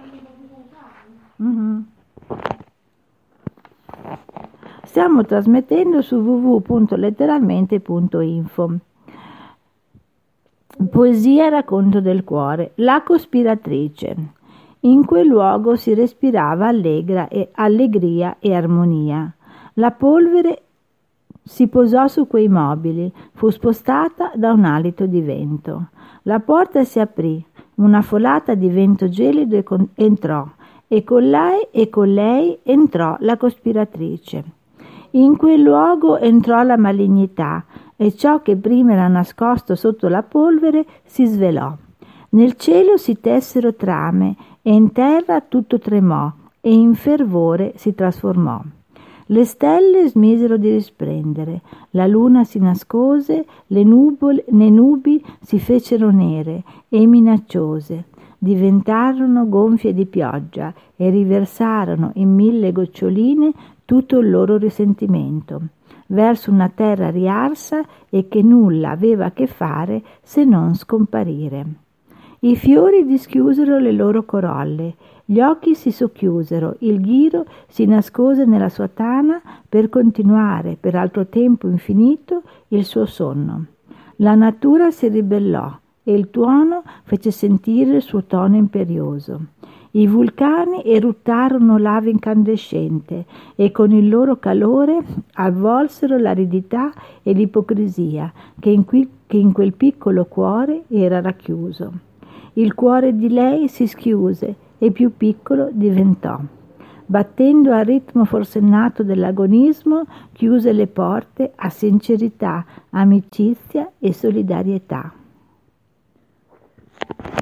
Stiamo trasmettendo su www.letteralmente.info. Poesia e racconto del cuore. La cospiratrice. In quel luogo si respirava allegria e armonia. La polvere si posò su quei mobili, fu spostata da un alito di vento. La porta si aprì, una folata di vento gelido entrò, e con lei entrò la cospiratrice. In quel luogo entrò la malignità, e ciò che prima era nascosto sotto la polvere si svelò. Nel cielo si tessero trame, e in terra tutto tremò, e in fervore si trasformò. Le stelle smisero di risplendere, la luna si nascose, le nubi si fecero nere e minacciose, diventarono gonfie di pioggia e riversarono in 1000 goccioline tutto il loro risentimento, verso una terra riarsa e che nulla aveva a che fare se non scomparire. I fiori dischiusero le loro corolle, gli occhi si socchiusero, il ghiro si nascose nella sua tana per continuare per altro tempo infinito il suo sonno. La natura si ribellò e il tuono fece sentire il suo tono imperioso. I vulcani eruttarono lava incandescente e con il loro calore avvolsero l'aridità e l'ipocrisia che in quel piccolo cuore era racchiuso. Il cuore di lei si schiuse e più piccolo diventò. Battendo al ritmo forsennato dell'agonismo, chiuse le porte a sincerità, amicizia e solidarietà.